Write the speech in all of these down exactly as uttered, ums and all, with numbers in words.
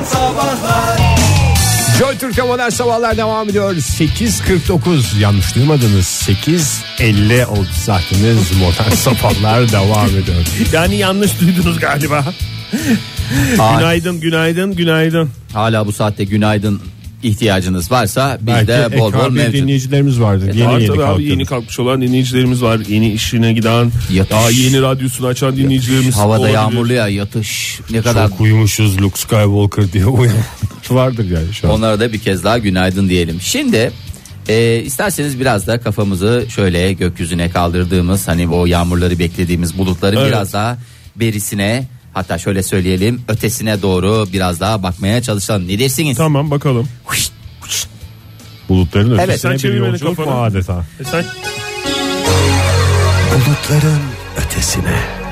Sabahlar Joy Türk'te Modern Sabahlar devam ediyor. sekiz kırk dokuz, yanlış duymadınız, sekiz elli oldu saatimiz. Modern Sabahlar devam ediyor. Yani yanlış duydunuz galiba. Günaydın, günaydın, günaydın. Hala bu saatte günaydın ihtiyacınız varsa bizde bol bol mevcut. Dinleyicilerimiz vardır. E, yeni var, yeni, tabii abi, yeni yeni kalkmış olan dinleyicilerimiz var. Yeni işine giden, Yatış. daha yeni radyosunu açan dinleyicilerimiz. Havada olabilir. yağmurlu ya, yatış ne kadar. Çok uyumuşuz Luke Skywalker diye uyan vardır yani şu an. Onlara da bir kez daha günaydın diyelim. Şimdi e, isterseniz biraz da kafamızı şöyle gökyüzüne kaldırdığımız, hani o yağmurları beklediğimiz bulutların Evet. biraz daha berisine, hatta şöyle söyleyelim, ötesine doğru biraz daha bakmaya çalışalım. Ne dersiniz? Tamam, bakalım. Bulutların ötesine Evet, sen bir çevir beni yolculuk mu kafanı. adeta? E sen... Bulutların ötesine.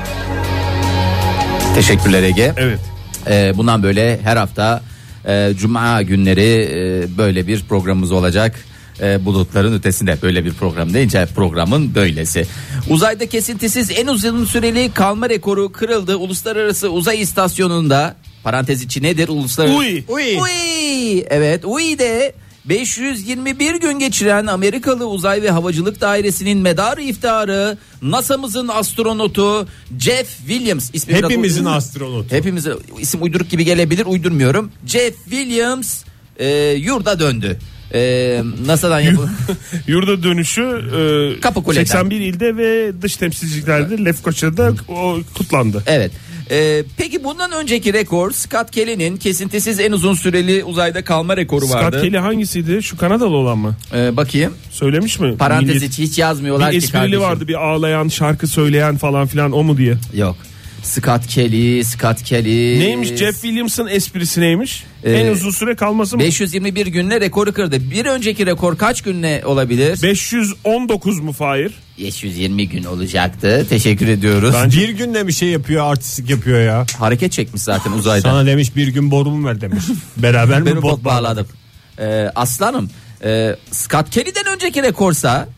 Teşekkürler Ege. Evet. Ee, bundan böyle her hafta e, Cuma günleri e, böyle bir programımız olacak. E, bulutların ötesinde böyle bir program deyince programın böylesi. Uzayda kesintisiz en uzun süreli kalma rekoru kırıldı. Uluslararası Uzay İstasyonu'nda, parantez içi nedir? Uluslararası... Uy. Uy. Uy. Evet, Uy'de beş yüz yirmi bir gün geçiren Amerikalı Uzay ve Havacılık Dairesi'nin medarı iftiharı NASA'mızın astronotu Jeff Williams. İsmi biraz Hepimizin uzun. astronotu. Hepimizin isim uyduruk gibi gelebilir, uydurmuyorum. Jeff Williams e, yurda döndü. E, NASA'dan yapılan Yurda dönüşü e, Kapıkule'den. seksen bir ilde ve dış temsilciliklerde Lefkoça'da o kutlandı. Evet. Ee, peki bundan önceki rekor Scott Kelly'nin kesintisiz en uzun süreli uzayda kalma rekoru Scott vardı. Kelly hangisiydi? Şu Kanadalı olan mı? Ee, bakayım. Söylemiş mi? Parantez Milli- içi hiç yazmıyorlar Bir ki esprili kardeşim. vardı, bir ağlayan, şarkı söyleyen falan filan, o mu diye. Yok. Scott Kelly, Scott Kelly. Neymiş Jeff Williams'ın esprisi neymiş? Ee, en uzun süre kalması mı? beş yüz yirmi bir günle rekoru kırdı. Bir önceki rekor kaç günle olabilir? beş yüz on dokuz mu Fahir? beş yüz yirmi gün olacaktı. Teşekkür ediyoruz. Bence- Bir günde bir şey yapıyor, artistik yapıyor ya. Hareket çekmiş zaten uzayda. Sana demiş bir gün borumu ver demiş. Beraber mi Ben bot bot bağladım. Ee, aslanım, e, Scott Kelly'den önceki rekorsa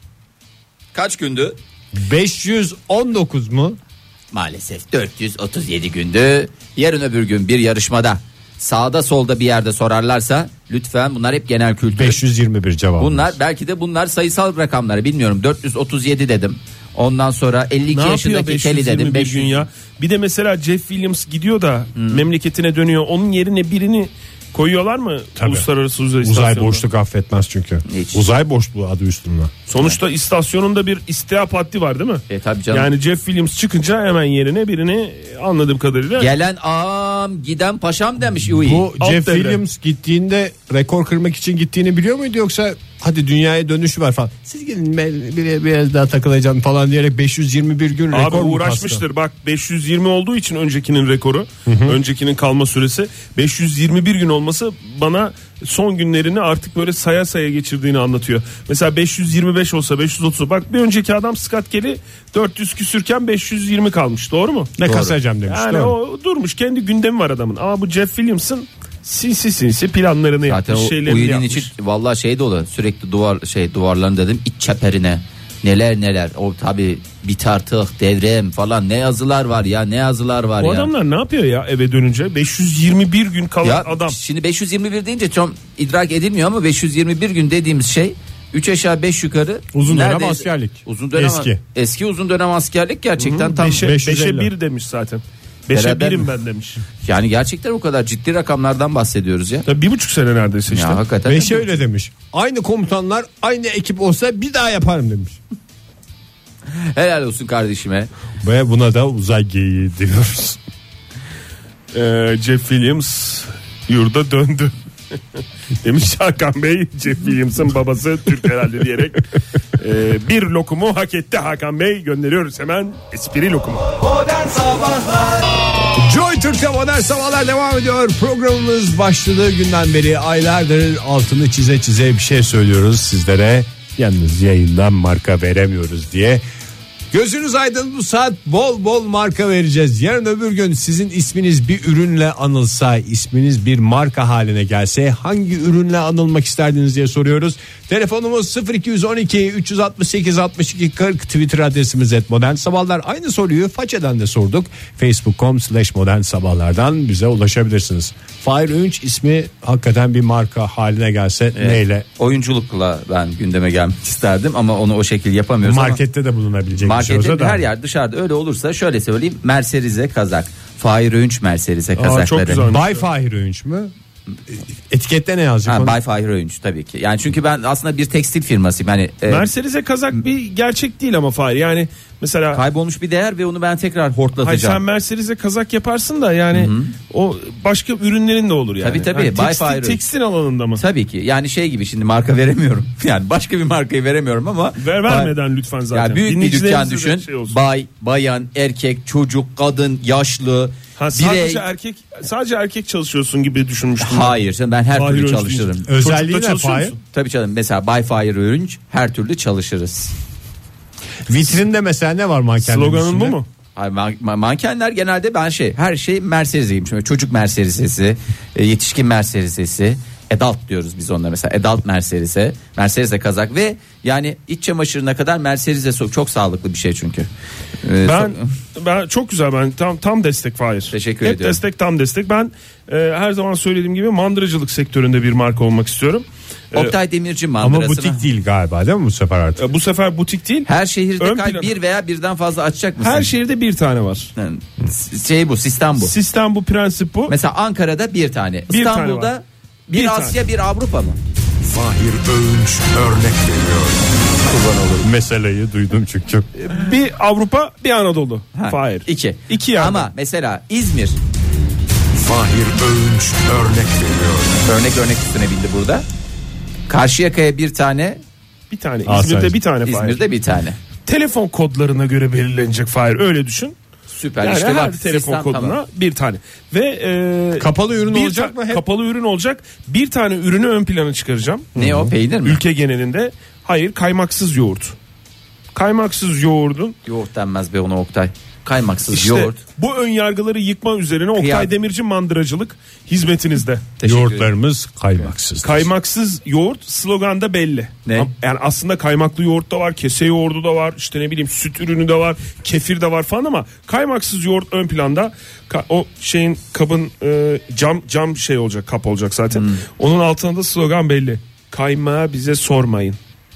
kaç gündü? beş yüz on dokuz mu? Maalesef dört yüz otuz yedi gündü. Yarın öbür gün bir yarışmada sağda solda bir yerde sorarlarsa lütfen, bunlar hep genel kültür. beş yüz yirmi bir cevabı. Bunlar belki de bunlar sayısal rakamları, bilmiyorum. dört yüz otuz yedi dedim. Ondan sonra elli iki Ne yapıyor yaşındaki beş Kelly yüz dedim. yirmi bir beş yüz gün ya? Bir de mesela Jeff Williams gidiyor da memleketine dönüyor. Onun yerine birini koyuyorlar mı? Tabii. Uluslararası Uzay Uzay İstasyonu'nda? boşluk affetmez çünkü. Hiç. Uzay boşluğu adı üstünde. Sonuçta istasyonunda bir istihap haddi var değil mi? E tabii canım. Yani Jeff Williams çıkınca hemen yerine birini, anladığım kadarıyla. Gelen ağam giden paşam demiş. Uy. Bu Alt Jeff devre. Williams gittiğinde rekor kırmak için gittiğini biliyor muydu, yoksa hadi dünyaya dönüşü var falan, siz gidin ben bir, biraz daha takılacağım falan diyerek beş yüz yirmi bir gün Abi rekor mu uğraşmıştır. kastı? Bak beş yüz yirmi olduğu için öncekinin rekoru, öncekinin kalma süresi beş yüz yirmi bir gün olması bana son günlerini artık böyle saya saya geçirdiğini anlatıyor. Mesela beş yüz yirmi beş olsa, beş yüz otuz, bak bir önceki adam Scott Kelly dört yüz küsürken beş yüz yirmi kalmış, doğru mu? Ne kasacağım demiş. Yani doğru. o durmuş, kendi gündemi var adamın. Ama bu Jeff Williams'ın sinsi sinsi planlarını Zaten yapmış, o şeylerini uyunun yapmış. içi vallahi şey dolu, sürekli duvar şey duvarların dedim iç çeperine neler neler, o tabi bir tartık devrem falan, ne yazılar var ya, ne yazılar var O ya. adamlar ne yapıyor ya eve dönünce? beş yüz yirmi bir gün kalan Ya adam. şimdi beş yüz yirmi bir deyince çok idrak edilmiyor ama beş yüz yirmi bir gün dediğimiz şey üç aşağı beş yukarı Uzun dönem neredeyse- askerlik. Uzun dönem Eski. eski uzun dönem askerlik gerçekten tam Beşe, beş yüz elli. beşe bir demiş zaten. Beşe Beraber birim mi? ben demiş. yani gerçekten o kadar ciddi rakamlardan bahsediyoruz ya. Tabii bir buçuk sene neredeyse işte. Ya hakikaten. Ve şöyle demiş, aynı komutanlar aynı ekip olsa bir daha yaparım demiş. Helal olsun kardeşime. Ve buna da uzay geyiği diyoruz. Ee, Jeff Williams yurda döndü. Demiş Hakan Bey, Jeff Williams'ın babası Türk herhalde diyerek. Ee, bir lokumu hak etti Hakan Bey, gönderiyoruz hemen espri lokumu. Modern Sabahlar Joy Türk'te Modern Sabahlar devam ediyor. Programımız başladığı günden beri aylardır altını çize çize bir şey söylüyoruz sizlere. Yalnız yayından marka veremiyoruz diye. Gözünüz aydın, bu saat bol bol marka vereceğiz. Yarın öbür gün sizin isminiz bir ürünle anılsa, isminiz bir marka haline gelse hangi ürünle anılmak isterdiniz diye soruyoruz. Telefonumuz sıfır iki on iki üç altı sekiz altmış iki kırk, Twitter adresimiz et modern sabahlar. Aynı soruyu façeden de sorduk. facebook nokta com slash modern sabahlardan bize ulaşabilirsiniz. Fahir Öğünç ismi hakikaten bir marka haline gelse Evet. neyle? Oyunculukla ben gündeme gelmek isterdim ama onu o şekilde yapamıyoruz. Markette de bulunabilecek ama bir şey markette olsa da. her yer, dışarıda öyle olursa şöyle söyleyeyim, Mercedes'e kazak. Fahir Öğünç Mercedes'e kazakları. çok güzel. Bay Fahir Öğünç mü? Etikette ne yazacak? Ha, onu? Bay Fahir Öğünç tabii ki. Yani çünkü ben aslında bir tekstil firmasıyım. Hani e, Mercedes'e kazak bir gerçek değil ama Fahir. Yani mesela kaybolmuş bir değer ve onu ben tekrar hayır, hortlatacağım. sen Mercedes'e kazak yaparsın da yani Hı-hı. o başka ürünlerin de olur yani. Tabii, tabii. Yani Bay tekstil, Fahir. tekstil alanında mı? Tabii ki. Yani şey gibi, şimdi marka veremiyorum. Yani başka bir markayı veremiyorum ama Ver, vermeden lütfen zaten. Ya büyük bir dükkan Dinleyicilerimize de düşün. şey olsun. Bay, bayan, erkek, çocuk, kadın, yaşlı, Ha, sadece birey. erkek sadece erkek çalışıyorsun gibi düşünmüştüm. Hayır canım, ben her Fahir türlü Öğünç çalışırım. deyince. Özelliği Çocukla ne çalışıyor Fahir? musun? Tabii canım, mesela Bay Fahir Öğünç her türlü çalışırız. Vitrinde mesela ne var mankenlerin Sloganın üstünde? bu mu? Ay, man- man- mankenler genelde ben şey, her şey Mercedes'iyim. Şimdi çocuk Mercedes'i, e, yetişkin Mercedes'i, adult diyoruz biz onlara, mesela adult Mercedes'e, Mercedes'e kazak ve yani iç çamaşırına kadar Mercedes'e so- çok sağlıklı bir şey çünkü. Ee, Ben so- ben çok güzel, ben tam tam destek Fahir. Teşekkür Hep ediyorum. destek, tam destek. Ben e, her zaman söylediğim gibi mandıracılık sektöründe bir marka olmak istiyorum. E, Oktay Demirci Ama mandırasına. butik değil galiba, değil mi bu sefer artık? e, bu sefer butik değil. Her şehirde Ön kay- plan- bir veya birden fazla açacak mısın? Her şehirde bir tane var. Yani şey bu, sistem bu. Sistem bu, prensip bu. Mesela Ankara'da bir tane, Bir tane İstanbul'da var. bir, Bir Asya, bir Avrupa mı? Fahir Öğünç örnek veriyor. Meseleyi duydum çünkü. Bir Avrupa, bir Anadolu. Ha, Fahir. İki. İki yerde. Ama mesela İzmir, Fahir Öğünç örnek veriyor. örnek örnek üstüne bindi burada. Karşıyaka'ya bir tane, bir tane. Aa, İzmir'de sadece. bir tane Fahir. İzmir'de bir tane. Telefon kodlarına göre belirlenecek Fahir. Öyle düşün. Süper. Yani işte her bak, telefon sistem koduna tamam. bir tane. Ve e, Kapalı ürün bir olacak ta- mı hep? Kapalı ürün olacak. Bir tane ürünü ön plana çıkaracağım. Ne o, peynir mi? Ülke genelinde. Hayır, kaymaksız yoğurt. Kaymaksız yoğurdun. Yoğurt denmez be ona Oktay. Kaymaksız İşte yoğurt. bu ön yargıları yıkma üzerine Oktay Kıyak. Demirci mandıracılık hizmetinizde. Teşekkür ederim. Yoğurtlarımız kaymaksız. Kaymaksız yoğurt sloganda belli. Ne? Am- Yani aslında kaymaklı yoğurt da var, kese yoğurdu da var, işte ne bileyim süt ürünü de var, kefir de var falan ama kaymaksız yoğurt ön planda. Ka- o şeyin kabın e, cam cam şey olacak, kap olacak zaten. Hmm. Onun altında da slogan belli. Kaymağı bize sormayın.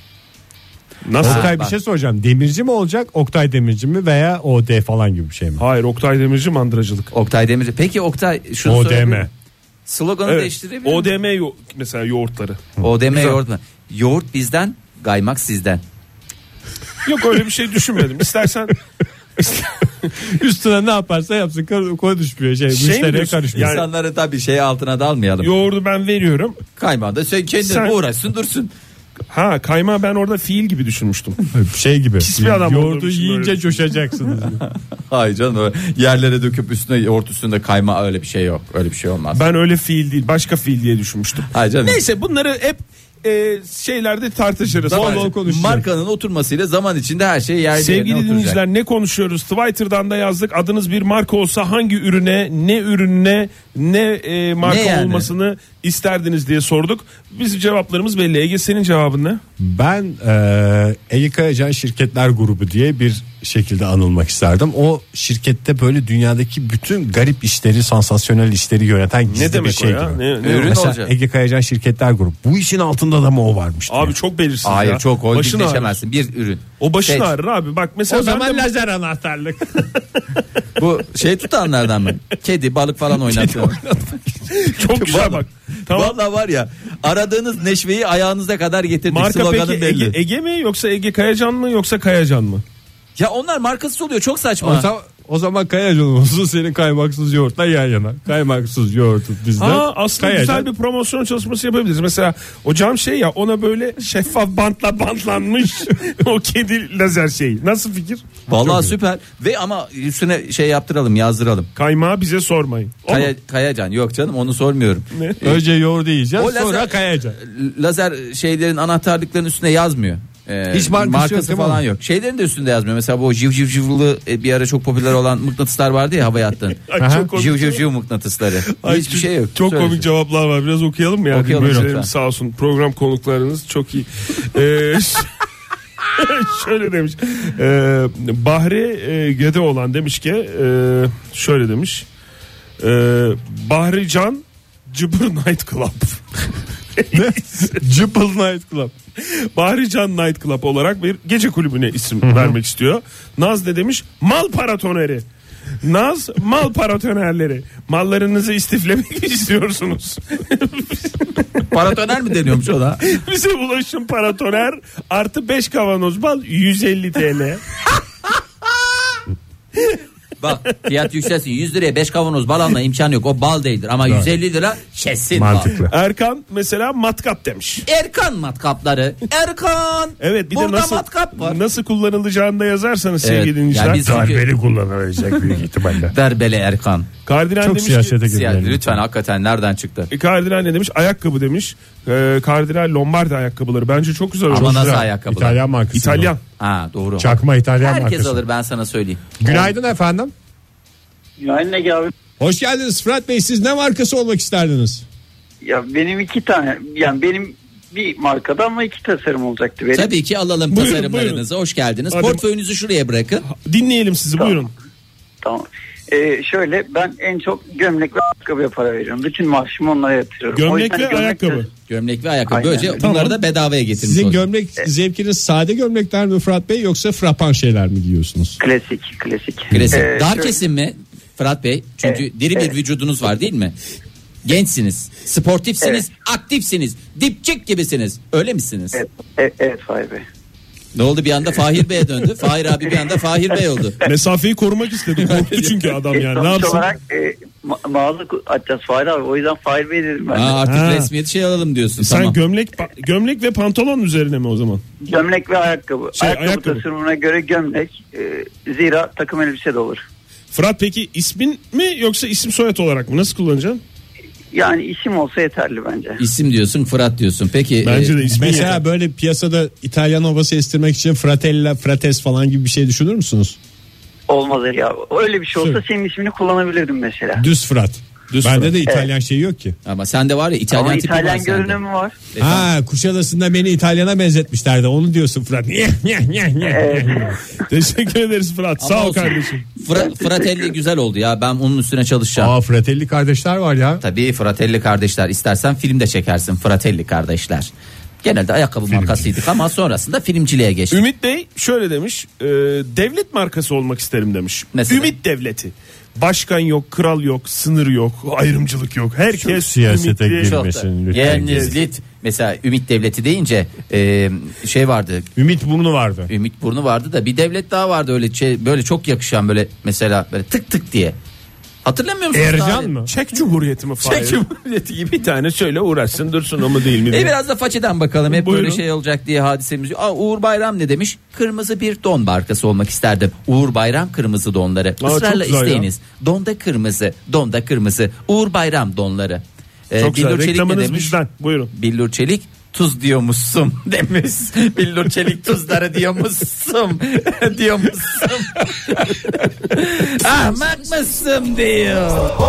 Nasıl? Ha, Oktay bir bak. şey soracağım. Demirci mi olacak, Oktay Demirci mi veya O D falan gibi bir şey mi? Hayır, Oktay Demirci mandıracılık. Oktay Demirci. Peki Oktay şunu O D sorabilir M. miyim? Sloganı Evet. değiştirebilir miyim? O D M yo- mesela yoğurtları. O D M Güzel. yoğurt mu? Yoğurt bizden, kaymak sizden. Yok, öyle bir şey düşünmedim. İstersen Üstüne ne yaparsa yapsın konuşmuyor şey, Şey mi müşteriye diyorsun? karışmıyor. Yani- İnsanları tabii şey altına dalmayalım. yoğurdu ben veriyorum. Kaymağı da sen kendin Sen- uğraşsın dursun. Ha, kaymağı ben orada fiil gibi düşünmüştüm. Şey gibi. Pis bir adam olduğum Yoğurdu için yiyince böyle. coşacaksınız. Hayır canım, öyle yerlere döküp üstüne yoğurt üstünde kaymağı, öyle bir şey yok. Öyle bir şey olmaz. Ben öyle fiil değil, başka fiil diye düşünmüştüm. Hayır canım. Neyse, bunları hep e, şeylerde tartışırız. Zaman- Bol bol konuşacağız. markanın oturmasıyla zaman içinde her şey yerli Sevgili yerine oturacak. dinleyiciler, ne konuşuyoruz? Twitter'dan da yazdık. Adınız bir marka olsa hangi ürüne, ne ürününe, ne e, marka Ne yani? olmasını isterdiniz diye sorduk. Bizim cevaplarımız belli. Ege, senin cevabın ne? Ben e, Ege Kayacan Şirketler Grubu diye bir şekilde anılmak isterdim. O şirkette böyle dünyadaki bütün garip işleri, sansasyonel işleri yöneten gizli Ne bir demek şey o ya? gibi. Ne, ne Ürün o? Mesela olacak. Ege Kayacan Şirketler Grubu. Bu işin altında da mı o varmış diye. Abi çok belirsiz Hayır ya. çok Başın ağrır. holdingleşemezsin. Bir ürün. O başın Seç. ağrır abi. Bak mesela o ben zaman de- lazer anahtarlık. Bu şey tutanlardan mı? Kedi, balık falan oynatıyor. çok güzel bak. Tamam. Vallahi var ya, aradığınız neşveyi ayağınıza kadar getirdik. Marka Sloganı peki belli. Ege, Ege mi yoksa Ege Kayacan mı yoksa Kayacan mı? Ya onlar markasız oluyor, çok o, saçma. zaman, o zaman Kayacan olsun, senin kaymaksız yoğurtla yan yana. Kaymaksız yoğurtu bizden. Ha, aslında Kayacan. güzel bir promosyon çalışması yapabiliriz. Mesela o cam şey ya, ona böyle şeffaf bantla bantlanmış o kedi lazer şeyi. Nasıl fikir? Vallahi süper. Ve ama üstüne şey yaptıralım, yazdıralım. Kaymağı bize sormayın. O mu? Kaya, Kayacan yok cancanım, onu sormuyorum. Ne? Önce yoğurdu yiyeceğiz, O sonra lazer, Kayacan. lazer şeylerin, anahtarlıkların üstüne yazmıyor. Ee, Hiç markası markası yok, değil mi? falan yok. Şeylerin de üstünde yazmıyor. Mesela bu jiv jiv jivlı e, bir ara çok popüler olan mıknatıslar vardı ya, havaya attın. Ay, çok komik. Jiv jiv jiv mıknatısları. Ay, Hiçbir şey yok. Çok Söyle. komik cevaplar var. Biraz okuyalım mı? Yani Okuyalım dinleyicilerimiz lütfen. sağ olsun. Program konuklarınız çok iyi. Ee, şöyle demiş. Ee, Bahri e, Gede olan demiş ki e, şöyle demiş. E, Bahri Can Cıbır Night Club. Cıpıl Night Club. Bahri Can Night Club olarak bir gece kulübüne isim vermek istiyor. Naz ne demiş? Mal paratoneri. Naz mal paratonerleri. Mallarınızı istiflemek mi istiyorsunuz? Paratoner mi deniyormuş o da? Bize ulaşın paratoner artı beş kavanoz bal yüz elli TL. Bak fiyat yükselsin, yüz liraya beş kavanoz bal alma imkanı yok. O bal değildir ama yüz elli lira kesin Mantıklı. bal. Erkan mesela matkap demiş. Erkan matkapları. Erkan. Evet, bir Burada de nasıl matkap var. nasıl kullanılacağını da yazarsanız Evet, sevgili dinleyiciler. yani biz- Darbeli kullanılacak büyük ihtimalle. Darbeli Erkan. Kardinal Çok demiş siyasete ki, Siyah, girmeyelim. lütfen hakikaten nereden çıktı? e, Kardinal ne demiş? Ayakkabı demiş. E, Kardinal Lombardi ayakkabıları. Bence çok güzel. Ama olmuş. nasıl güzel. ayakkabılar? İtalyan markası. İtalyan. Ha doğru. Çakma İtalyan Herkes markası. alır, ben sana söyleyeyim. Günaydın efendim. Günaydın Ege abi. Hoş geldiniz Fırat Bey. Siz ne markası olmak isterdiniz? Ya benim iki tane, yani benim bir markada ama iki tasarım olacaktı benim. Tabii ki alalım Buyurun, tasarımlarınızı. Hoş geldiniz. Hadi. Portföyünüzü şuraya bırakın. Dinleyelim sizi, Tamam. buyurun. Tamam. Ee, şöyle ben en çok gömlek ve ayakkabıya para veriyorum. Bütün maaşımı onlara yatırıyorum. O Gömlek yüzden ve ayakkabı. Gömlek ve ayakkabı. Aynen. Böylece Tamam. bunları da bedavaya getirmiş Sizin olduk. gömlek zevkiniz sade gömlekler mi Fırat Bey yoksa frapan şeyler mi giyiyorsunuz? Klasik, klasik. Klasik. Ee, Dar şöyle- kesim mi Fırat Bey? Çünkü Evet, diri bir evet. vücudunuz var değil mi? Gençsiniz, sportifsiniz, aktifsiniz, dipçik gibisiniz. Öyle misiniz? Evet, evet, evet Fahir Bey. Ne oldu, bir anda Fahir Bey'e döndü. Fahir abi bir anda Fahir Bey oldu. Mesafeyi korumak istedi. Korktu çünkü adam yani. Ne Sonuç yapsın? olarak e, ma- mağaza ku- açacağız Fahir abi. O yüzden Fahir Bey dedim ben de. Aa, artık Ha. resmiyet şey alalım diyorsun. Sen tamam. gömlek gömlek ve pantolon üzerine mi o zaman? Gömlek ve ayakkabı. Şey, ayakkabı, ayakkabı. tasarımına göre gömlek. e, zira takım elbise de olur. Fırat peki ismin mi yoksa isim soyad olarak mı? Nasıl kullanacaksın? Yani isim olsa yeterli bence. İsim diyorsun, Fırat diyorsun. Peki Bence e, de ismin Mesela yeter. böyle piyasada İtalyan havası estirmek için Fratella, Frates falan gibi bir şey düşünür müsünüz? Olmaz ya. Öyle bir şey olsa Sure. senin ismini kullanabilirdim mesela. Düz Fırat. Düz Bende Fırat. de İtalyan şeyi yok ki. ama sende var ya İtalyan Ama tipi var İtalyan sende. görünümü var. Ha, Kuşadası'nda beni İtalyan'a benzetmişlerdi. Onu diyorsun Fırat. Evet. Teşekkür ederiz Fırat. Ama Sağ ol olsun. kardeşim. Fra- Fratelli güzel oldu ya, ben onun üstüne çalışacağım. Aa, Fratelli kardeşler var ya. Tabii Fratelli kardeşler, istersen film de çekersin Fratelli kardeşler. Genelde ayakkabı markasıydık ama sonrasında filmciliğe geçtik. Ümit Bey şöyle demiş. E, devlet markası olmak isterim demiş. Mesela? Ümit devleti. Başkan yok, kral yok, sınır yok, ayrımcılık yok. Herkes siyasete ümitli. gir- Çok da. Girmesin lütfen. Yalnız lit. Mesela Ümit Devleti deyince e, şey vardı. Ümit burnu vardı. Ümit Burnu vardı da bir devlet daha vardı öyle şey, böyle çok yakışan, böyle mesela böyle tık tık diye. Hatırlamıyor musunuz? Ercan tarih? mı? Çek Cumhuriyeti mi? Fahir? Çek Cumhuriyeti gibi. Bir tane şöyle uğraşsın dursun o mu değil mi E diye. biraz da façeden bakalım. Hep Buyurun. böyle şey olacak diye hadisemiz. Aa, Uğur Bayram ne demiş? Kırmızı bir don markası olmak isterdim. Uğur Bayram kırmızı donları. çok Israrla güzel ya. isteyiniz. Donda kırmızı, donda kırmızı. Uğur Bayram donları. Ee, Çok güzel. Billur Çelik ne Reklamınız demiş? bizden. Buyurun. Billur Çelik tuz diyormuşsun demiş. Billur Çelik tuzları diyormuşsun diyormuşsun. Ahmak mısın diyor.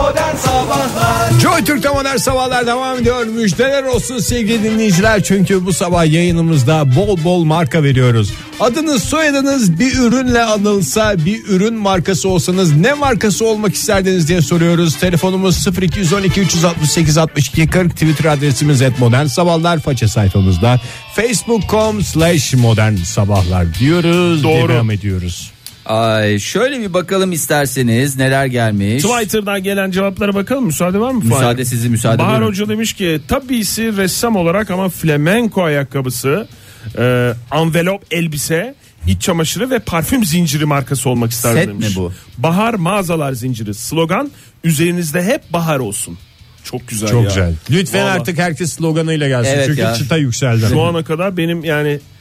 Joy Türk'te modern sabahlar devam ediyor. Müjdeler olsun sevgili dinleyiciler. Çünkü bu sabah yayınımızda bol bol marka veriyoruz. Adınız soyadınız bir ürünle anılsa, bir ürün markası olsanız ne markası olmak isterdiniz diye soruyoruz. Telefonumuz sıfır iki on iki üç altı sekiz altmış iki kırk. Twitter adresimiz et modern sabahlar. Faça sayfamızda facebook nokta com slash modern sabahlar diyoruz. Doğru. Devam ediyoruz. Ay şöyle bir bakalım isterseniz neler gelmiş. Twitter'dan gelen cevaplara bakalım. Müsaade var mı? Fahir? Müsaade sizi müsaade. Bahar buyurun. Hoca demiş ki tabisi ressam olarak ama flamenco ayakkabısı, e, envelop elbise, iç çamaşırı ve parfüm zinciri markası olmak isterdim Set demiş. mi bu? Bahar mağazalar zinciri. Slogan üzerinizde hep bahar olsun. Çok güzel Çok ya. güzel. Lütfen Vallahi. artık herkes sloganıyla gelsin. Evet Çünkü ya. çıta yükseldi. Şu ana kadar benim yani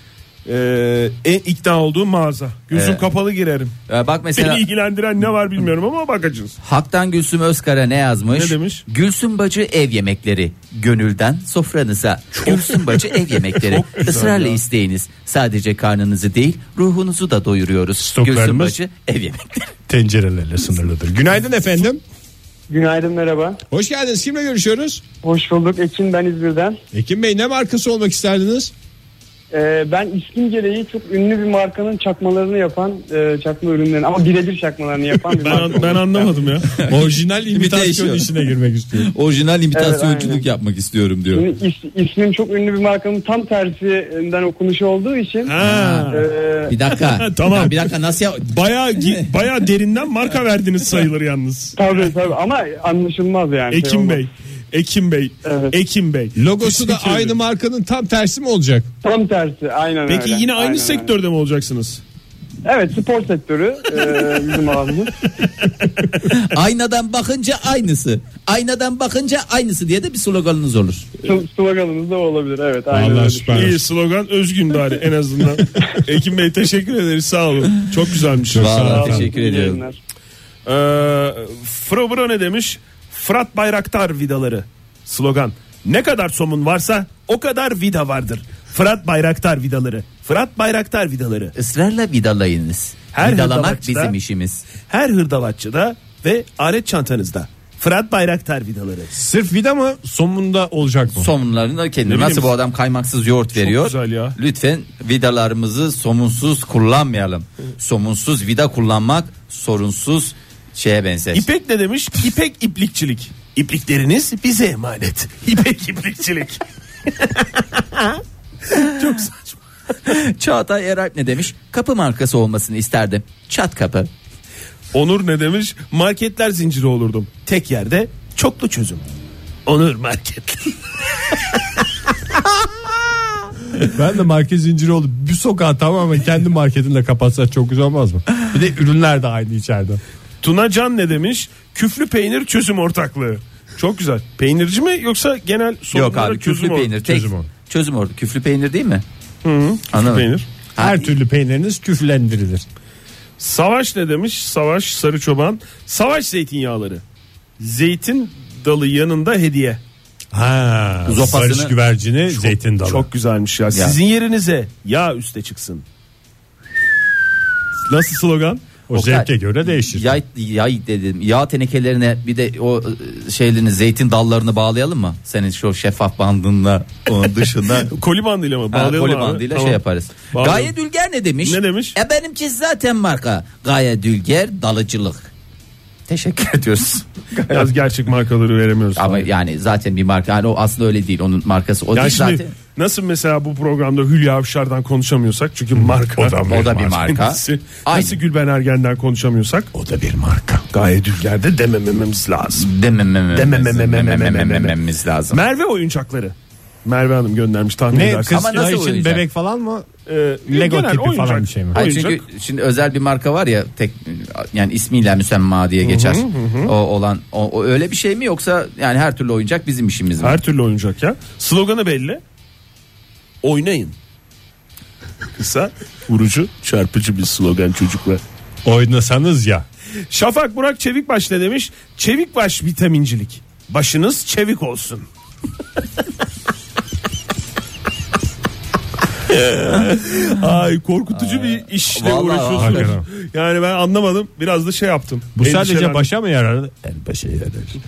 Ee, en ikna olduğum mağaza. Gözüm Ee, kapalı girerim. Ee, bak mesela Beni ilgilendiren ne var bilmiyorum ama bakacağız. Hak'tan Gülsüm Özkara ne yazmış? Ne demiş? Gülsüm Bacı ev yemekleri. Gönülden sofranıza. Gülsüm Bacı ev yemekleri. Çok güzel Israrla ya. isteyiniz. Sadece karnınızı değil ruhunuzu da doyuruyoruz. Stoklarımız- Gülsüm Bacı ev yemekleri. Tencerelerle sınırlıdır. Günaydın efendim. Günaydın, merhaba. Hoş geldiniz. Kimle görüşüyoruz? Hoş bulduk. Ekin, ben İzmir'den. Ekim Bey, ne markası olmak isterdiniz? Ee, ben iskim gereği çok ünlü bir markanın çakmalarını yapan, e, çakma ürünlerini ama birebir çakmalarını yapan bir marka. Ben, ben anlamadım ya. Orijinal imitasyon Imitation. işine girmek istiyorum. Orijinal imitasyonculuk imitasyonculuk yapmak istiyorum diyor. Şimdi is, ismim çok ünlü bir markanın tam tersinden okunuşu olduğu için. Ha. e, Bir dakika. Tamam. Bir dakika nasıl ya? Bayağı bayağı derinden marka verdiniz sayılır yalnız. tabii tabii ama anlaşılmaz yani. şey Ekim olmaz. Bey. Ekim Bey. Evet. Ekim Bey. Logosu da Teşekkür aynı ederim. markanın tam tersi mi olacak? Tam tersi, aynen Peki öyle. yine aynı Aynen sektörde mi olacaksınız? öyle. Evet, spor sektörü e, bizim alanımız. Aynadan bakınca aynısı. Aynadan bakınca aynısı diye de bir sloganınız olur. Sl- Sloganımız da olabilir, evet. Aynen Vallahi öyle. süper. İyi slogan, özgün bari en azından. Ekim Bey teşekkür ederiz, sağ olun. Çok güzelmiş. Vallahi Sağ olun, teşekkür iyi ediyorum. yayınlar. Ee, Frobro ne demiş? Fırat Bayraktar vidaları. Slogan. Ne kadar somun varsa o kadar vida vardır. Fırat Bayraktar vidaları. Fırat Bayraktar vidaları. Israrla vidalayınız. Her Vidalamak hırdavatçıda- bizim işimiz. Her hırdavatçıda ve alet çantanızda. Fırat Bayraktar vidaları. Sırf vida mı, somunda olacak mı? Somunlarını da kendi. Ne Nasıl bileyim. bu adam kaymaksız yoğurt veriyor? güzel ya. Lütfen vidalarımızı somunsuz kullanmayalım. Somunsuz vida kullanmak sorunsuz şeye benzer. İpek ne demiş? İpek iplikçilik. İplikleriniz bize emanet. İpek iplikçilik. Çok saçma. Çağatay Eralp ne demiş? Kapı markası olmasını isterdim. Çat kapı. Onur ne demiş? Marketler zinciri olurdum. Tek yerde çoklu çözüm. Onur market. Ben de market zinciri oldu. Bir sokağı tamamen kendi marketinle kapatsa çok güzel olmaz mı? Bir de ürünler de aynı içeride. Tuna Can ne demiş? Küflü peynir çözüm ortaklığı. Çok güzel. Peynirci mi yoksa genel sorunlara Yok abi küflü çözüm or- peynir. Tek, çözüm o. çözüm orada. Küflü peynir değil mi? Hı hı, küflü Anladım. peynir. Her Ha, türlü peyniriniz küflendirilir. Savaş ne demiş? Savaş Sarı Çoban. Savaş zeytinyağları. Zeytin dalı yanında hediye. Ha, Zopasını- barış güvercini, zeytin dalı. Çok güzelmiş ya. Sizin yerinize yağ üste çıksın. Nasıl slogan? O Oktay, zevke göre değişir. Yay, yay dedim. Yağ tenekelerine bir de o e, şeylerini zeytin dallarını bağlayalım mı? Senin şu şeffaf bandınla onun dışında. Koli bandıyla mı? Ha, Bağlayalım koli abi. bandıyla Tamam. şey yaparız. Bağlayalım. Gaye Dülger ne demiş? Ne demiş? E benimki zaten marka. Gaye Dülger dalıcılık. Teşekkür ediyoruz. Yaz gerçek markaları veremiyoruz. Ama yani zaten bir marka. Yani o aslında öyle değil. Onun markası o Ya değil şimdi zaten. nasıl mesela bu programda Hülya Avşar'dan konuşamıyorsak çünkü marka O da O da bir marka. Nasıl, Aynı. nasıl Gülben Ergen'den konuşamıyorsak O da bir marka. Gaye Dülger'de demememiz lazım. Dememememiz Dememememememiz lazım. Merve oyuncakları. Merve Hanım göndermiş tahmin Ne, edersiniz. kız Ama nasıl için oyuncak? bebek falan mı? Ee, Lego genel tipi oyuncak. falan bir şey mi? Hayır Oyuncak. çünkü şimdi özel bir marka var ya tek yani ismiyle müsemma diye geçer. O olan o, o öyle bir şey mi yoksa yani her türlü oyuncak bizim işimiz mi? Her türlü oyuncak ya. Sloganı belli. Oynayın. Kısa, vurucu, çarpıcı bir slogan çocuklar. Oynasanız ya. Şafak Burak Çevikbaş ne demiş? Çevikbaş vitamincilik. Başınız çevik olsun. Ay korkutucu bir işle Vallahi uğraşıyorsunuz. hakikaten. Yani ben anlamadım. Biraz da şey yaptım. Bu sadece Endişelendim. başa mı yarar? El başa yarar.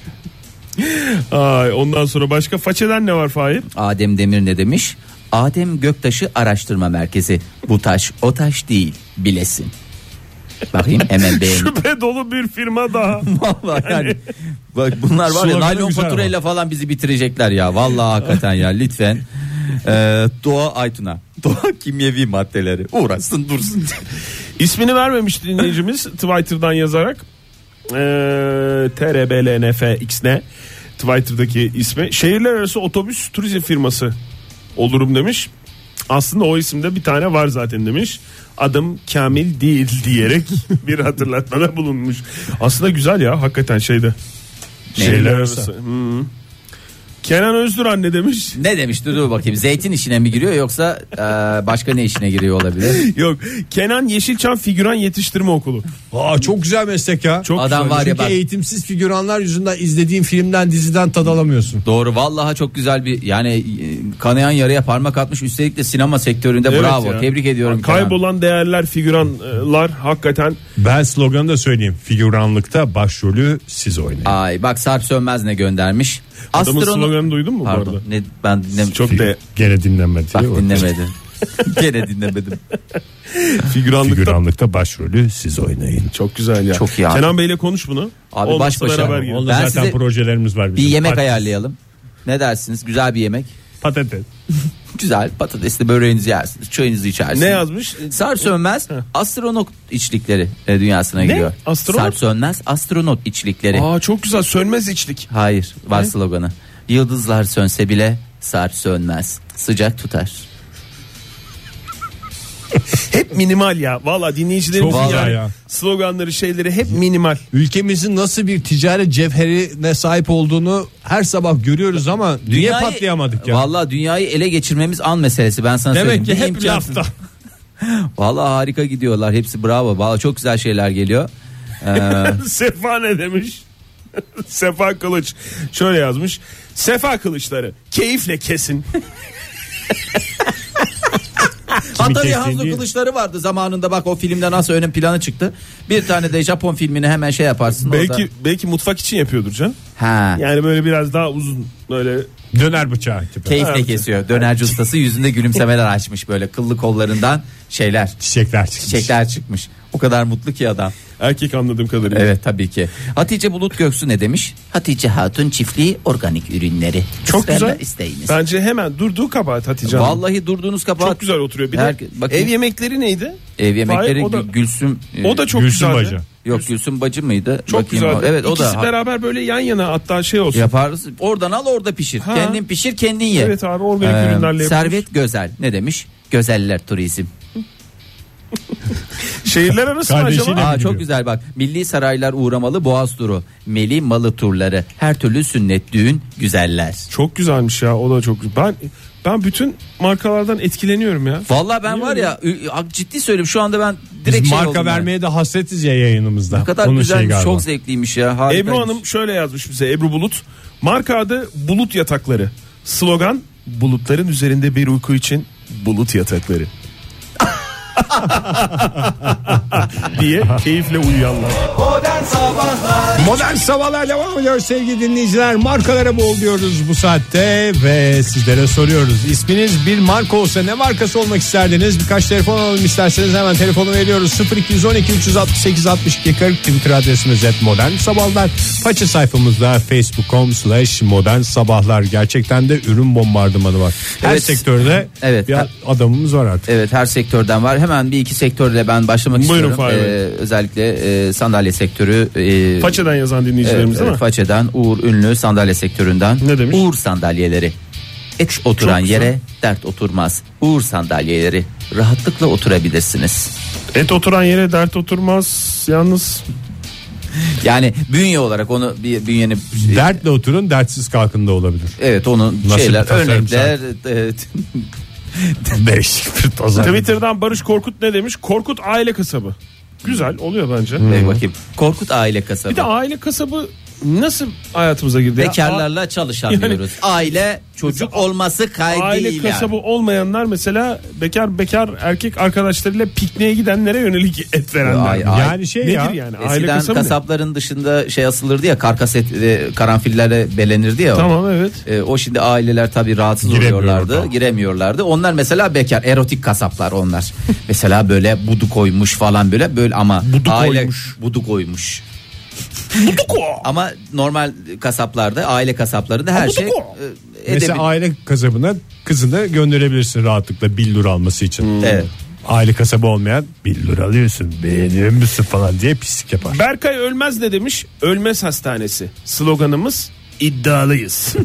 Ay, ondan sonra başka façeden ne var Fahir? Adem Demir ne demiş? Adem Göktaşı Araştırma Merkezi. Bu taş o taş değil bilesin. Bakayım hemen beğendim. Şüphe dolu bir firma daha. Vallahi yani. Bak bunlar var ya Sloganı naylon güzel faturayla falan bizi bitirecekler ya. Vallahi hakikaten ya lütfen. Ee, Doğa Aytun'a. Doğa kimyevi maddeleri. Uğraşsın dursun. İsmini vermemiş dinleyicimiz Twitter'dan yazarak. Ee, T R B L N F X N Twitter'daki ismi. Şehirler arası otobüs turizm firması olurum demiş. Aslında o isimde bir tane var zaten demiş. Adım Kamil değil diyerek bir hatırlatmada bulunmuş. Aslında güzel ya hakikaten şeyde. Şehirler arası. Hı. Kenan Özduran ne demiş? Ne demiş? Dur, dur bakayım. Zeytin işine mi giriyor yoksa e, başka ne işine giriyor olabilir? Yok. Kenan Yeşilçam Figüran Yetiştirme Okulu. Aa, çok güzel meslek ya. Çok Adam güzel. var ya Çünkü bak. eğitimsiz figüranlar yüzünden izlediğin filmden diziden tad alamıyorsun. Doğru, vallahi çok güzel bir yani e, kanayan yaraya parmak atmış, üstelik de sinema sektöründe. Evet bravo. ya. Tebrik ediyorum. Kaybolan değerler, figüranlar hakikaten. Ben sloganı da söyleyeyim. Figüranlıkta başrolü siz oynayın. Ay bak, Sarp Sönmez ne göndermiş? Adamın Astronom- sloganını duydun mu bu Pardon. arada? Ne, ben dinlemedim. Çok de Gene dinlenmedi. Bak O- dinlemedim. Gene dinlemedim. figüranlıkta. Figüranlıkta başrolü siz oynayın. Çok güzel ya. Çok iyi abi. Kenan Bey'le konuş bunu. Abi Olmazsa baş başa. beraber gidelim. Onda Ben zaten size projelerimiz var Bir bizim. yemek Parti- ayarlayalım. Ne dersiniz? Güzel bir yemek. Patates. Güzel patatesli böreğinizi yersiniz. Çayınızı içersiniz. Ne yazmış? Sarp Sönmez astronot içlikleri e, dünyasına giriyor. Astronot? Sarp Sönmez astronot içlikleri. Aa, çok güzel, sönmez içlik. Hayır, var sloganı. Yıldızlar sönse bile Sarp sönmez. Sıcak tutar. Hep minimal ya. Valla dinleyicilerimizin Çok yani güzel ya. sloganları, şeyleri hep minimal. Ülkemizin nasıl bir ticaret cevherine sahip olduğunu her sabah görüyoruz ama niye patlayamadık ya? Vallahi dünyayı ele geçirmemiz an meselesi, ben sana Demek söyleyeyim. ki Bir hep imkansız. lafta. Vallahi harika gidiyorlar hepsi, bravo. Vallahi çok güzel şeyler geliyor. Ee, Sefa ne demiş? Sefa Kılıç şöyle yazmış. Sefa kılıçları keyifle kesin. Hatay kestiği Hanzo değil. kılıçları vardı zamanında, bak o filmde nasıl ön planı çıktı. Bir tane de Japon filmini hemen şey yaparsın. belki orada. belki mutfak için yapıyordur can. Ha. Yani böyle biraz daha uzun, böyle Döner bıçağı gibi. Keyifle Evet. kesiyor. Dönerci ustası yüzünde gülümsemeler açmış, böyle kıllı kollarından şeyler, Çiçekler çıkmış. çiçekler çıkmış. O kadar mutlu ki adam. erkek anladığım kadarıyla. Evet tabii ki. Hatice Bulut Göksu ne demiş? Hatice Hatun çiftliği organik ürünleri. Çok Kısmen güzel. de isteyiniz. Bence hemen durduğu kabahat Hatice Hanım. Vallahi durduğunuz kabahat. Çok güzel oturuyor. Bir de Her- bakayım. ev yemekleri neydi? Ev yemekleri Vay, o da- Gül- Gülsüm. e, O da çok Gülsüm güzeldi. Bacı. Yok Gülsüm Bacı mıydı? Çok Bakayım güzeldi. o. Evet o İkisi da. beraber böyle yan yana, hatta şey olsun. Yaparız. Oradan al orada pişir. Ha. Kendin pişir kendin ye. Evet abi, organik ürünlerle yapılmış. Servet Gözel ne demiş? Gözeller turizm. Şehirler arası mı Kardeşiyle acaba? mi Aa, gidiyor? çok güzel bak. Milli saraylar uğramalı Boğaz turu. Meli malı turları. Her türlü sünnet düğün güzeller. Çok güzelmiş ya, o da çok güzel. Ben ben bütün markalardan etkileniyorum ya. Vallahi ben var ya ü- ciddi söyleyeyim, şu anda ben direkt Biz şey marka oldum yani. vermeye de hasretiz ya yayınımızda. Ne kadar Onun şeyi güzelmiş, galiba. çok zevkliymiş ya. Harikaymış. Ebru Hanım şöyle yazmış bize, Ebru Bulut. Marka adı Bulut Yatakları. Slogan: bulutların üzerinde bir uyku için bulut yatakları. diye keyifle uyuyanlar. Modern Sabahlar devam ediyor sevgili dinleyiciler. Markalara bol diyoruz bu saatte ve sizlere soruyoruz. İsminiz bir marka olsa ne markası olmak isterdiniz? Birkaç telefon alalım isterseniz, hemen telefonu veriyoruz. sıfır iki on iki üç altı sekiz altmış iki kırk Twitter adresimiz et Modern Sabahlar. Faça sayfamızda facebook nokta com slash modern sabahlar. Gerçekten de ürün bombardımanı var. Her Evet. sektörde Evet. bir adamımız var artık. Evet, her sektörden var. Hemen bir iki sektörle ben başlamak Buyurun istiyorum. Fahri Bey. Ee, özellikle e, sandalye sektörü. E, Façeden yazan dinleyicilerimiz evet, değil evet, mi? Façeden Uğur Ünlü sandalye sektöründen. Ne demiş? Uğur sandalyeleri. Et oturan güzel. yere dert oturmaz. Uğur sandalyeleri. Rahatlıkla oturabilirsiniz. Et oturan yere dert oturmaz yalnız. Yani bünye olarak onu bir bünyenin Dertle oturun, dertsiz kalkın da olabilir. evet onun Nasıl şeyler bir tasarımsal? örnekler evet. Değişik bir tasarım. Twitter'dan Barış Korkut ne demiş? Korkut aile kasabı. Güzel oluyor bence. Bek bakayım. Korkut aile kasabı. Bir de aile kasabı nasıl hayatımıza girdi? ya? Bekarlarla çalışan Yani- diyoruz. Aile çocuk olması kaydıyla. Aile kasabı olmayanlar mesela bekar bekar erkek arkadaşlarıyla pikniğe gidenlere yönelik et verenler. Ay, ay. Yani şey Nedir ya. yani? Aile Eskiden kasabı ne? kasapların dışında şey asılırdı ya, karkas et, e, karanfillere belenirdi ya. o. Tamam, evet. E, o şimdi aileler tabii rahatsız Giremiyor oluyorlardı, orada. giremiyorlardı. Onlar mesela bekar, erotik kasaplar onlar. Mesela böyle budu koymuş falan böyle böyle ama Budu aile koymuş. budu koymuş. Ama normal kasaplarda, aile kasaplarında her şey Budu. e, Mesela edebil- aile kasabına kızını gönderebilirsin rahatlıkla billur alması için. Evet. Aile kasabı olmayan billur alıyorsun, beğeniyor musun falan diye pislik yapar. Berkay Ölmez ne demiş? Ölmez Hastanesi. Sloganımız iddialıyız.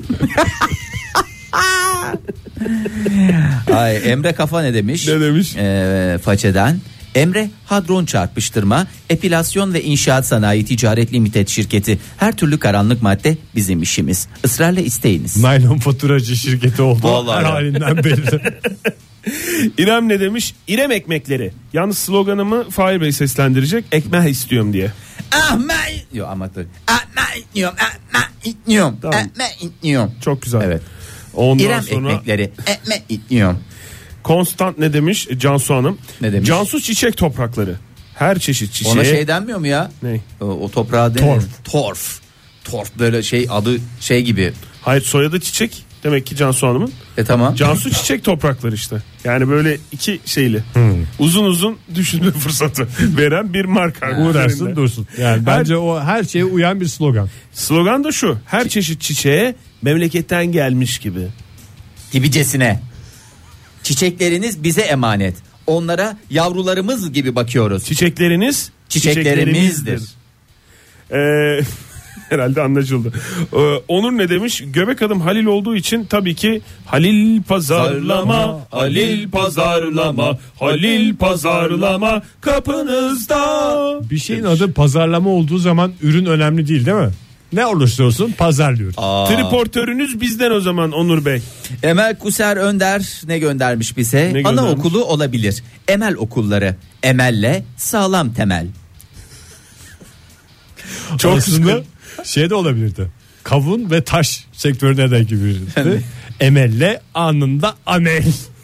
Ay, Emre Kafa ne demiş? Ne demiş? Ee, façeden Emre Hadron Çarpıştırma, Epilasyon ve İnşaat Sanayi Ticaret Limited şirketi. Her türlü karanlık madde bizim işimiz. Israrla isteyiniz. Naylon faturacı şirketi oldu. Vallahi Her ya. halinden belli. İrem ne demiş? İrem ekmekleri. Yalnız sloganımı Fahir Bey seslendirecek. Ekmek istiyorum diye. Ahmet. Yok amatör. Ahmet yiyorum. Ahmet yiyorum. Tamam. Ahmet yiyorum. Çok güzel. Evet. Ondan İrem sonra ekmekleri. Ekmek yiyorum. Konstant ne demiş? Cansu Hanım. Ne demiş? Cansu çiçek toprakları. Her çeşit çiçeğe. Ona şey denmiyor mu ya? Ne? O, o toprağa denir. Torf. Torf. Torf böyle şey adı şey gibi. Hayır, soyadı çiçek. Demek ki Cansu Hanım'ın. E tamam. Cansu çiçek toprakları işte. Yani böyle iki şeyli. Uzun uzun düşünme fırsatı veren bir marka. Uğraşsın üzerinde. dursun. Yani Her- bence o her şeye uyan bir slogan. Slogan da şu. Her çeşit çiçeğe memleketten gelmiş gibi. Gibicesine. Çiçekleriniz bize emanet. Onlara yavrularımız gibi bakıyoruz. Çiçekleriniz Çiçeklerimizdir. Ee, herhalde anlaşıldı. Ee, Onur ne demiş? Göbek adım Halil olduğu için tabii ki Halil pazarlama, Halil pazarlama, Halil pazarlama kapınızda. Bir şeyin adı pazarlama olduğu zaman ürün önemli değil, değil mi? Ne olursa olsun pazarlıyoruz. Triportörünüz bizden o zaman Onur Bey. Emel Kuser Önder ne göndermiş bize? Ne göndermiş? Anaokulu olabilir. Emel okulları. Emelle sağlam temel. Çok Aslında sıkı. şey de olabilirdi. Kavun ve taş sektörüne de girirdi. Emelle anında amel.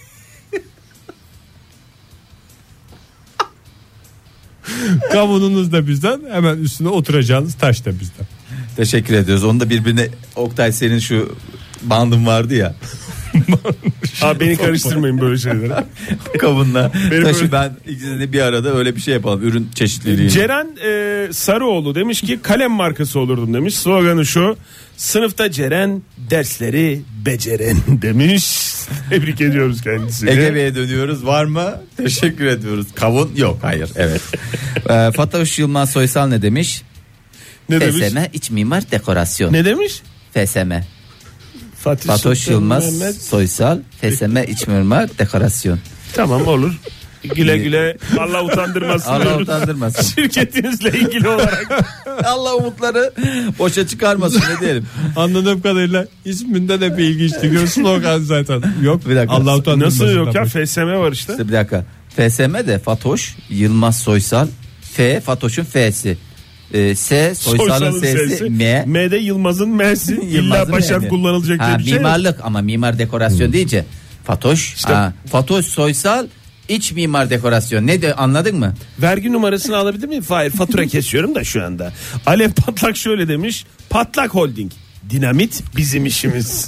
Kavununuz da bizden, hemen üstüne oturacağınız taş da bizden. Teşekkür ediyoruz. Onu da birbirine Oktay senin şu bandın vardı ya. Abi beni karıştırmayın böyle şeylere. Kavunla Benim taşı böyle- ben ikisini bir arada öyle bir şey yapalım. Ürün çeşitliliği. Ceren e, Sarıoğlu demiş ki kalem markası olurdum demiş. Sloganı şu: sınıfta Ceren, dersleri beceren demiş. Tebrik ediyoruz kendisini. Ege Bey'e dönüyoruz. Var mı? Teşekkür ediyoruz. Kavun yok. Hayır. Evet. ee, Fatoş Yılmaz Soysal ne demiş? Ne F demiş? S M iç mimar dekorasyon. Ne demiş? F S M. Fatih Fatoş Sultan Yılmaz Mehmet. Soysal F S M iç mimar dekorasyon. Tamam, olur. Güle güle, Allah utandırmasın. Allah diyoruz. utandırmasın. Şirketinizle ilgili olarak. Allah umutları boşa çıkarmasın ne diyelim. Anladığım kadarıyla isminde de bir ilginç çıkıyor. Slogan zaten. Yok. Bir dakika. Allah utandırmasın. Nasıl yok ya, F S M var işte. İşte bir dakika. F S M de Fatoş Yılmaz Soysal. F Fatoş'un F'si. Ee, S Soysal'ın Soysal'ın S'si. S'si, M M'de Yılmaz'ın M'si. İlla Yılmaz'ın başarı yani. kullanılacak Ha, diye bir şey yok. mimarlık ama mimar dekorasyon deyince Fatoş. İşte- ha, Fatoş Soysal iç mimar dekorasyon. Ne de anladın mı? Vergi numarasını alabilir miyim? Hayır, fatura kesiyorum da şu anda. Alev Patlak şöyle demiş: Patlak Holding, dinamit bizim işimiz.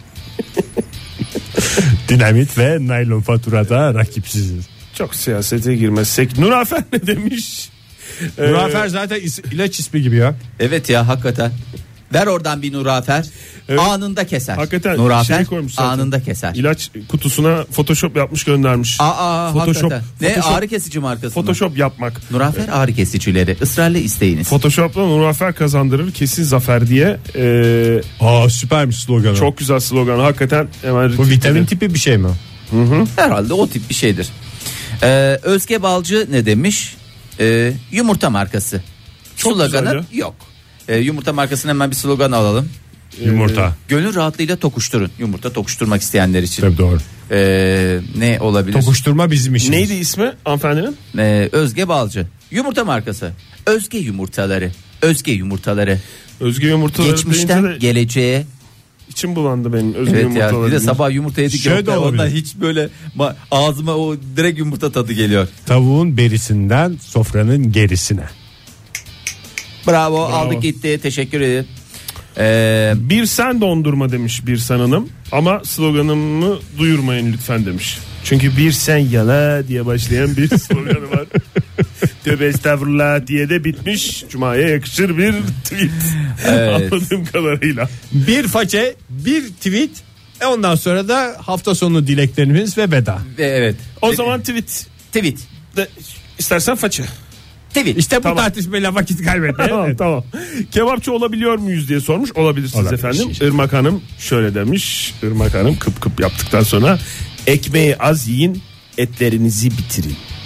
Dinamit ve naylon faturada rakipsiziz. Çok siyasete girmezsek. Nurafer ne demiş? Ee, Nurafer zaten is- ilaç ismi gibi ya. Evet ya hakikaten. Ver oradan bir Nurafer. Evet. Anında keser. Hakikaten Nurafer şey koymuş zaten. anında keser. İlaç kutusuna Photoshop yapmış, göndermiş. Aa, Photoshop, hakikaten. Ne Photoshop- ağrı kesici markası mı? Photoshop yapmak. Nurafer ağrı kesicileri ısrarla isteyiniz. Photoshop'la Nurafer kazandırır kesin zafer diye. Ee, Aa, süpermiş slogan. çok güzel slogan. Hakikaten hemen Bu vitamin tipi bir şey mi? Herhalde o tip bir şeydir. Ee, Özge Balcı ne demiş? Ee, yumurta markası. Çok Sloganı güzel ya. yok. Ee, yumurta markasının hemen bir slogan alalım. Yumurta. Gönül rahatlığıyla tokuşturun. Yumurta tokuşturmak isteyenler için. Tabii doğru. Ee, ne olabilir? Tokuşturma bizim işimiz. Neydi ismi hanımefendinin? Ee, Özge Balcı. Yumurta markası. Özge yumurtaları. Özge yumurtaları. Özge yumurtaları Geçmişten deyince de geleceğe. içim bulandı benim. Özge Evet ya. yumurtaları Bir de deyince. sabah yumurta yedik. Şey ya, de olabilir. ondan hiç böyle ma- ağzıma o direkt yumurta tadı geliyor. Tavuğun berisinden sofranın gerisine. Bravo, aldık gitti. Teşekkür ederim. Ee, Bir sen dondurma demiş bir sen hanım. Ama sloganımı duyurmayın lütfen demiş. Çünkü bir sen yala diye başlayan bir sloganı var. Tövbe estağfurullah diye de bitmiş. Cuma'ya yakışır bir tweet. Evet. Anladığım kadarıyla. Bir façe, bir tweet. E ondan sonra da hafta sonu dileklerimiz ve veda. evet. O zaman tweet. Tweet. De, istersen façı. Tweet. İşte bu Tamam. tartışmayla vakit kaybetme. Tamam Evet. tamam. Kebapçı olabiliyor muyuz diye sormuş. Olabilirsiniz Olabilir. efendim. Irmak Hanım şöyle demiş. Irmak Hanım kıp kıp yaptıktan sonra ekmeği az yiyin, etlerinizi bitirin.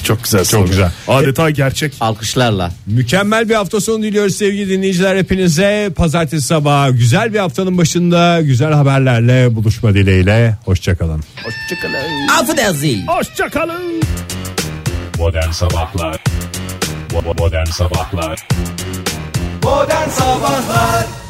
Çok güzel. Çok slogan. güzel. Adeta gerçek. Alkışlarla. Mükemmel bir hafta sonu diliyoruz sevgili dinleyiciler hepinize. Pazartesi sabahı güzel bir haftanın başında güzel haberlerle buluşma dileğiyle. Hoşçakalın. Hoşçakalın. Affedersin. Hoşçakalın. Modern Sabahlar Bo- Modern Sabahlar Modern Sabahlar